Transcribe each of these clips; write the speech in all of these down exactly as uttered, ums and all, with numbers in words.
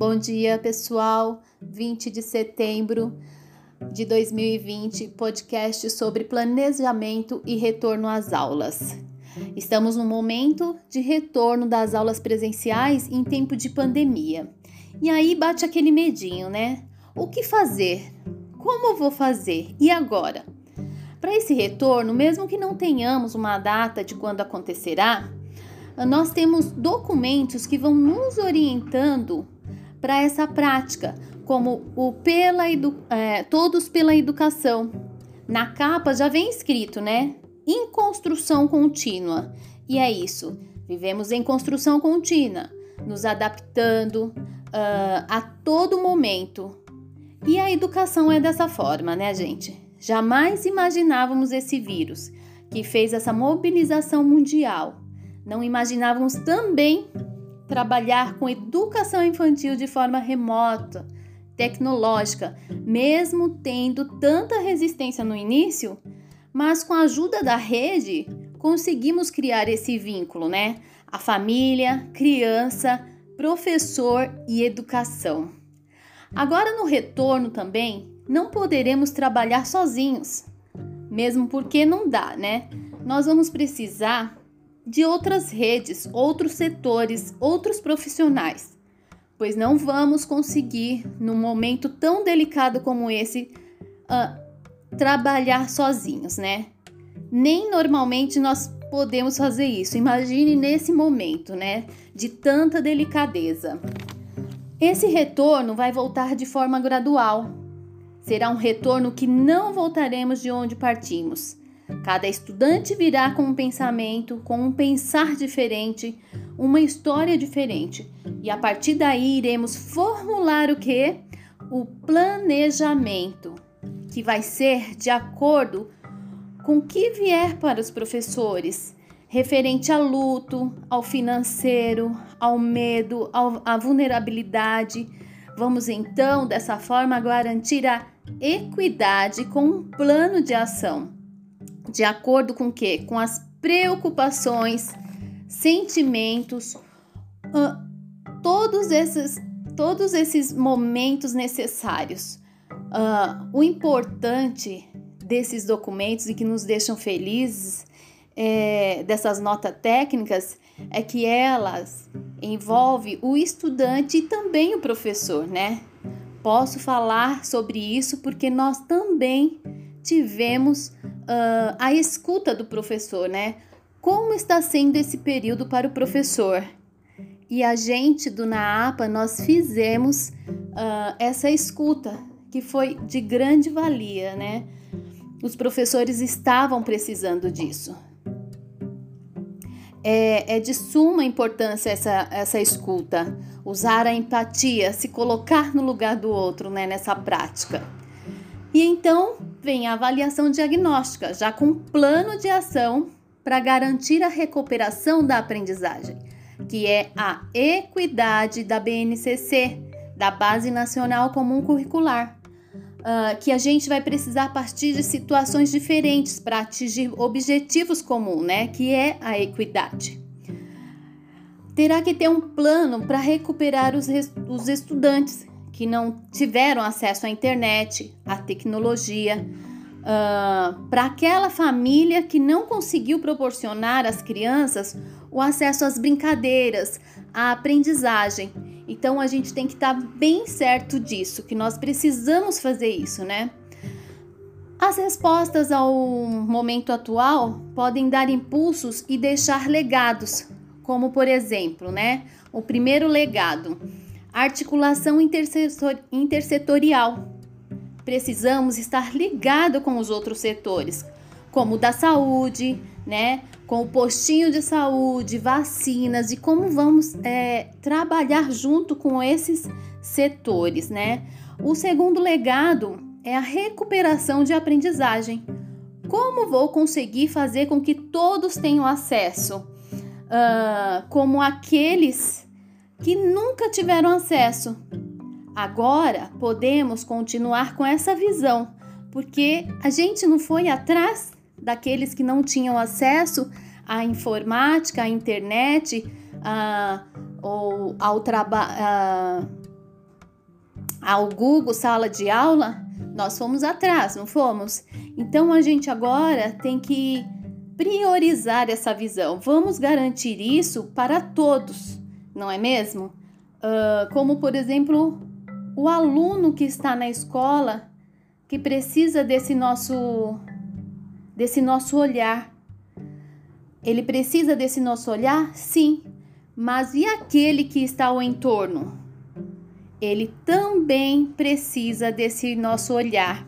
Bom dia, pessoal. vinte de setembro de dois mil e vinte, podcast sobre planejamento e retorno às aulas. Estamos no momento de retorno das aulas presenciais em tempo de pandemia. E aí bate aquele medinho, né? O que fazer? Como eu vou fazer? E agora? Para esse retorno, mesmo que não tenhamos uma data de quando acontecerá, nós temos documentos que vão nos orientando para essa prática, como o pela edu- é, Todos pela Educação. Na capa já vem escrito, né? Em construção contínua. E é isso, vivemos em construção contínua, nos adaptando uh, a todo momento. E a educação é dessa forma, né, gente? Jamais imaginávamos esse vírus que fez essa mobilização mundial. Não imaginávamos também trabalhar com educação infantil de forma remota, tecnológica, mesmo tendo tanta resistência no início, mas com a ajuda da rede conseguimos criar esse vínculo, né? A família, criança, professor e educação. Agora no retorno também não poderemos trabalhar sozinhos, mesmo porque não dá, né? Nós vamos precisar de outras redes, outros setores, outros profissionais, pois não vamos conseguir, num momento tão delicado como esse, uh, trabalhar sozinhos, né? Nem normalmente nós podemos fazer isso. Imagine nesse momento, né, de tanta delicadeza. Esse retorno vai voltar de forma gradual. Será um retorno que não voltaremos de onde partimos. Cada estudante virá com um pensamento, com um pensar diferente, uma história diferente. E a partir daí iremos formular o quê? O planejamento, que vai ser de acordo com o que vier para os professores, referente ao luto, ao financeiro, ao medo, ao, à vulnerabilidade. Vamos então, dessa forma, garantir a equidade com um plano de ação. De acordo com o quê? Com as preocupações, sentimentos, uh, todos esses, todos esses momentos necessários. Uh, o importante desses documentos e que nos deixam felizes, é, dessas notas técnicas, é que elas envolvem o estudante e também o professor, né? Posso falar sobre isso porque nós também tivemos Uh, a escuta do professor, né? Como está sendo esse período para o professor? E a gente do NAAPA, nós fizemos uh, essa escuta, que foi de grande valia, né? Os professores estavam precisando disso. É, é de suma importância essa, essa escuta, usar a empatia, se colocar no lugar do outro, né? Nessa prática. E então vem a avaliação diagnóstica, já com plano de ação para garantir a recuperação da aprendizagem, que é a equidade da B N C C, da Base Nacional Comum Curricular, uh, que a gente vai precisar partir de situações diferentes para atingir objetivos comuns, né? Que é a equidade. Terá que ter um plano para recuperar os, os estudantes que não tiveram acesso à internet, à tecnologia, uh, para aquela família que não conseguiu proporcionar às crianças o acesso às brincadeiras, à aprendizagem. Então, a gente tem que estar bem certo disso, que nós precisamos fazer isso, né? As respostas ao momento atual podem dar impulsos e deixar legados, como, por exemplo, né, o primeiro legado, articulação intersetor, intersetorial. Precisamos estar ligado com os outros setores, como o da saúde, né? Com o postinho de saúde, vacinas e como vamos é, trabalhar junto com esses setores, né? O segundo legado é a recuperação de aprendizagem. Como vou conseguir fazer com que todos tenham acesso, uh, como aqueles que nunca tiveram acesso? Agora podemos continuar com essa visão, porque a gente não foi atrás daqueles que não tinham acesso à informática, à internet, a, ou ao trabalho, ao Google Sala de Aula, nós fomos atrás, não fomos? Então, a gente agora tem que priorizar essa visão. Vamos garantir isso para todos, não é mesmo? Uh, como, por exemplo, o aluno que está na escola, que precisa desse nosso, desse nosso olhar. Ele precisa desse nosso olhar? Sim. Mas e aquele que está ao entorno? Ele também precisa desse nosso olhar.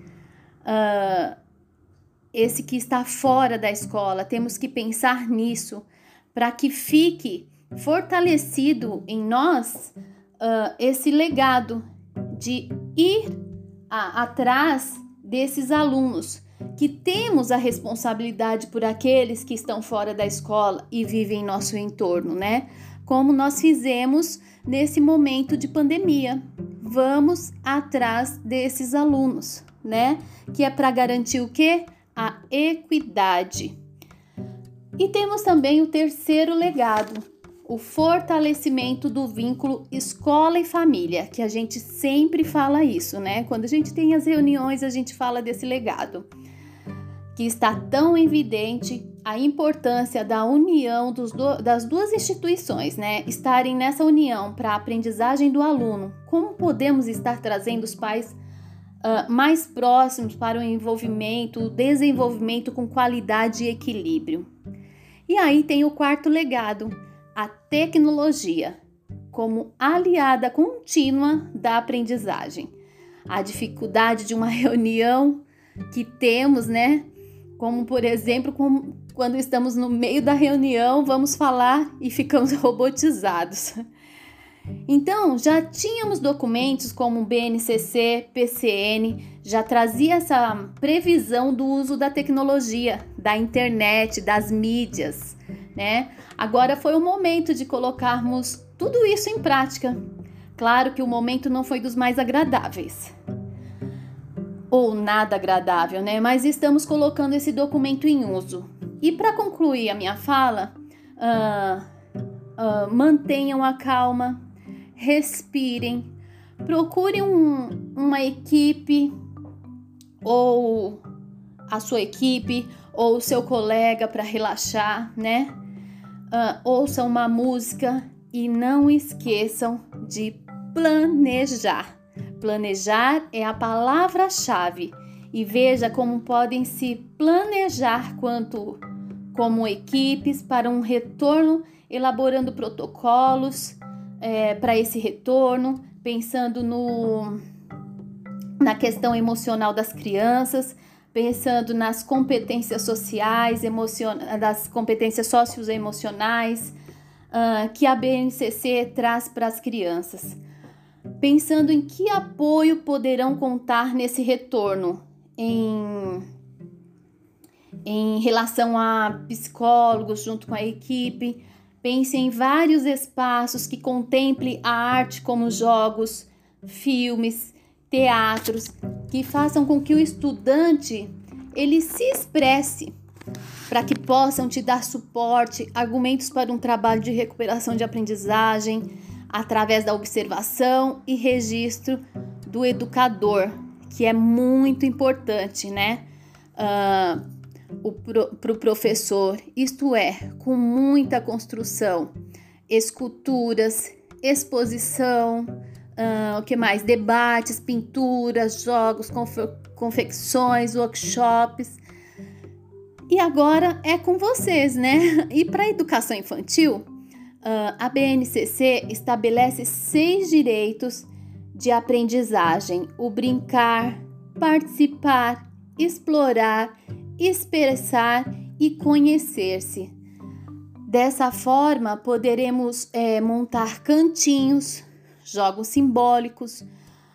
Uh, esse que está fora da escola, temos que pensar nisso para que fique fortalecido em nós uh, esse legado de ir a, atrás desses alunos, que temos a responsabilidade por aqueles que estão fora da escola e vivem em nosso entorno, né? Como nós fizemos nesse momento de pandemia. Vamos atrás desses alunos, né? Que é para garantir o quê? A equidade. E temos também o terceiro legado, o fortalecimento do vínculo escola e família, que a gente sempre fala isso, né? Quando a gente tem as reuniões, a gente fala desse legado, que está tão evidente a importância da união dos do, das duas instituições, né? Estarem nessa união para a aprendizagem do aluno. Como podemos estar trazendo os pais Uh, mais próximos para o envolvimento, o desenvolvimento com qualidade e equilíbrio. E aí tem o quarto legado, a tecnologia, como aliada contínua da aprendizagem. A dificuldade de uma reunião que temos, né? Como, por exemplo, como quando estamos no meio da reunião, vamos falar e ficamos robotizados. Então, já tínhamos documentos como o B N C C, P C N, já trazia essa previsão do uso da tecnologia, da internet, das mídias, né? Agora foi o momento de colocarmos tudo isso em prática. Claro que o momento não foi dos mais agradáveis, ou nada agradável, né? Mas estamos colocando esse documento em uso. E para concluir a minha fala, uh, uh, mantenham a calma, respirem, procurem um, uma equipe ou a sua equipe ou o seu colega para relaxar, né? Uh, ouçam uma música e não esqueçam de planejar. Planejar é a palavra-chave e veja como podem se planejar quanto como equipes para um retorno, elaborando protocolos É, para esse retorno, pensando no, na questão emocional das crianças, pensando nas competências sociais, emocion, das competências socioemocionais uh, que a B N C C traz para as crianças. Pensando em que apoio poderão contar nesse retorno, em, em relação a psicólogos junto com a equipe. Pense em vários espaços que contemplem a arte como jogos, filmes, teatros, que façam com que o estudante ele se expresse, para que possam te dar suporte, argumentos para um trabalho de recuperação de aprendizagem, através da observação e registro do educador, que é muito importante, né? Uh, para o professor, isto é, com muita construção, esculturas, exposição, uh, o que mais? Debates, pinturas, jogos, confe- confecções, workshops. E agora é com vocês, né? E para a educação infantil, uh, a B N C C estabelece seis direitos de aprendizagem: o brincar, participar, explorar, expressar e conhecer-se. Dessa forma, poderemos é, montar cantinhos, jogos simbólicos,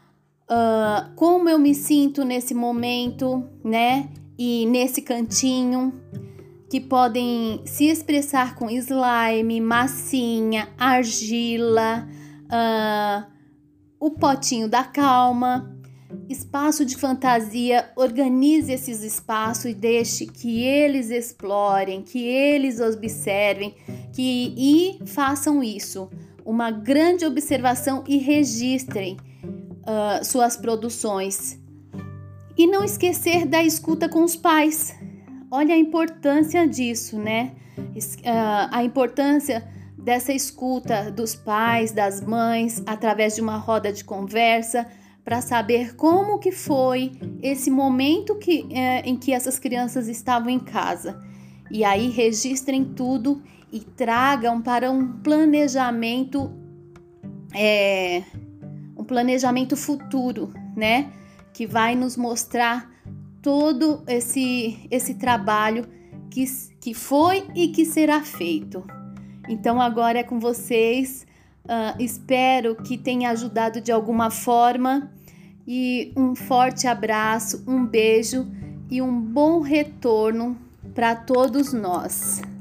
uh, como eu me sinto nesse momento, né? E nesse cantinho, que podem se expressar com slime, massinha, argila, uh, o potinho da calma. Espaço de fantasia, organize esses espaços e deixe que eles explorem, que eles observem, que e façam isso, uma grande observação e registrem uh, suas produções. E não esquecer da escuta com os pais. Olha a importância disso, né? Uh, a importância dessa escuta dos pais, das mães, através de uma roda de conversa, para saber como que foi esse momento que, uh, em que essas crianças estavam em casa. E aí registrem tudo e tragam para um planejamento, é, um planejamento futuro, né? Que vai nos mostrar todo esse, esse trabalho que, que foi e que será feito. Então agora é com vocês, uh, espero que tenha ajudado de alguma forma e um forte abraço, um beijo e um bom retorno para todos nós.